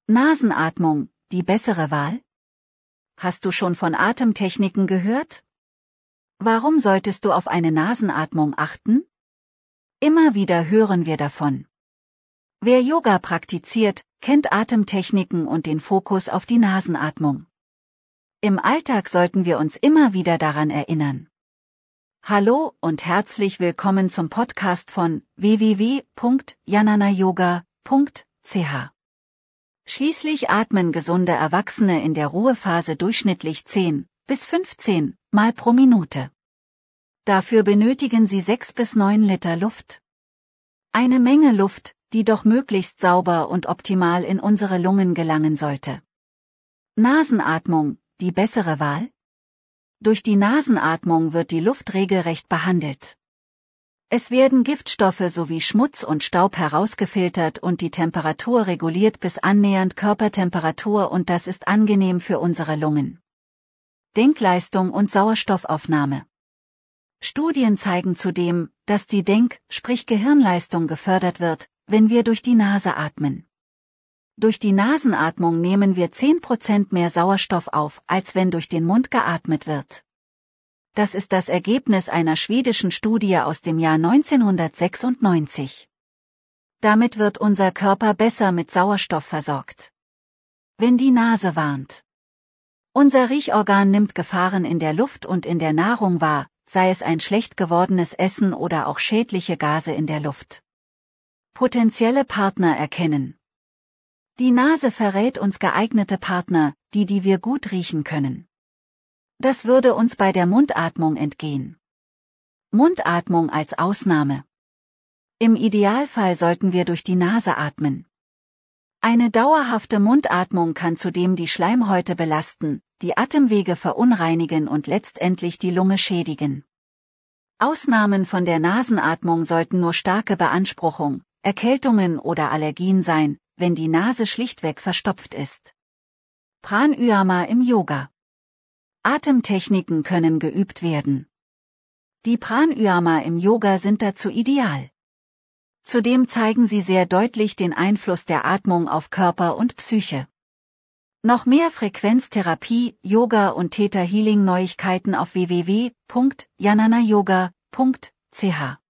Nasenatmung, die bessere Wahl? Hast du schon von Atemtechniken gehört? Warum solltest du auf eine Nasenatmung achten? Immer wieder hören wir davon. Wer Yoga praktiziert, kennt Atemtechniken und den Fokus auf die Nasenatmung. Im Alltag sollten wir uns immer wieder daran erinnern. Hallo und herzlich willkommen zum Podcast von www.jnanayoga.ch. Schließlich atmen gesunde Erwachsene in der Ruhephase durchschnittlich 10 bis 15 Mal pro Minute. Dafür benötigen sie 6 bis 9 Liter Luft. Eine Menge Luft, die doch möglichst sauber und optimal in unsere Lungen gelangen sollte. Nasenatmung, die bessere Wahl? Durch die Nasenatmung wird die Luft regelrecht behandelt. Es werden Giftstoffe sowie Schmutz und Staub herausgefiltert und die Temperatur reguliert bis annähernd Körpertemperatur, und das ist angenehm für unsere Lungen. Denkleistung und Sauerstoffaufnahme. Studien zeigen zudem, dass die sprich Gehirnleistung gefördert wird, wenn wir durch die Nase atmen. Durch die Nasenatmung nehmen wir 10% mehr Sauerstoff auf, als wenn durch den Mund geatmet wird. Das ist das Ergebnis einer schwedischen Studie aus dem Jahr 1996. Damit wird unser Körper besser mit Sauerstoff versorgt. Wenn die Nase warnt. Unser Riechorgan nimmt Gefahren in der Luft und in der Nahrung wahr, sei es ein schlecht gewordenes Essen oder auch schädliche Gase in der Luft. Potenzielle Partner erkennen. Die Nase verrät uns geeignete Partner, die wir gut riechen können. Das würde uns bei der Mundatmung entgehen. Mundatmung als Ausnahme. Im Idealfall sollten wir durch die Nase atmen. Eine dauerhafte Mundatmung kann zudem die Schleimhäute belasten, die Atemwege verunreinigen und letztendlich die Lunge schädigen. Ausnahmen von der Nasenatmung sollten nur starke Beanspruchung, Erkältungen oder Allergien sein, wenn die Nase schlichtweg verstopft ist. Pranayama im Yoga. Atemtechniken können geübt werden. Die Pranayama im Yoga sind dazu ideal. Zudem zeigen sie sehr deutlich den Einfluss der Atmung auf Körper und Psyche. Noch mehr Frequenztherapie, Yoga und Theta Healing Neuigkeiten auf www.jnanayoga.ch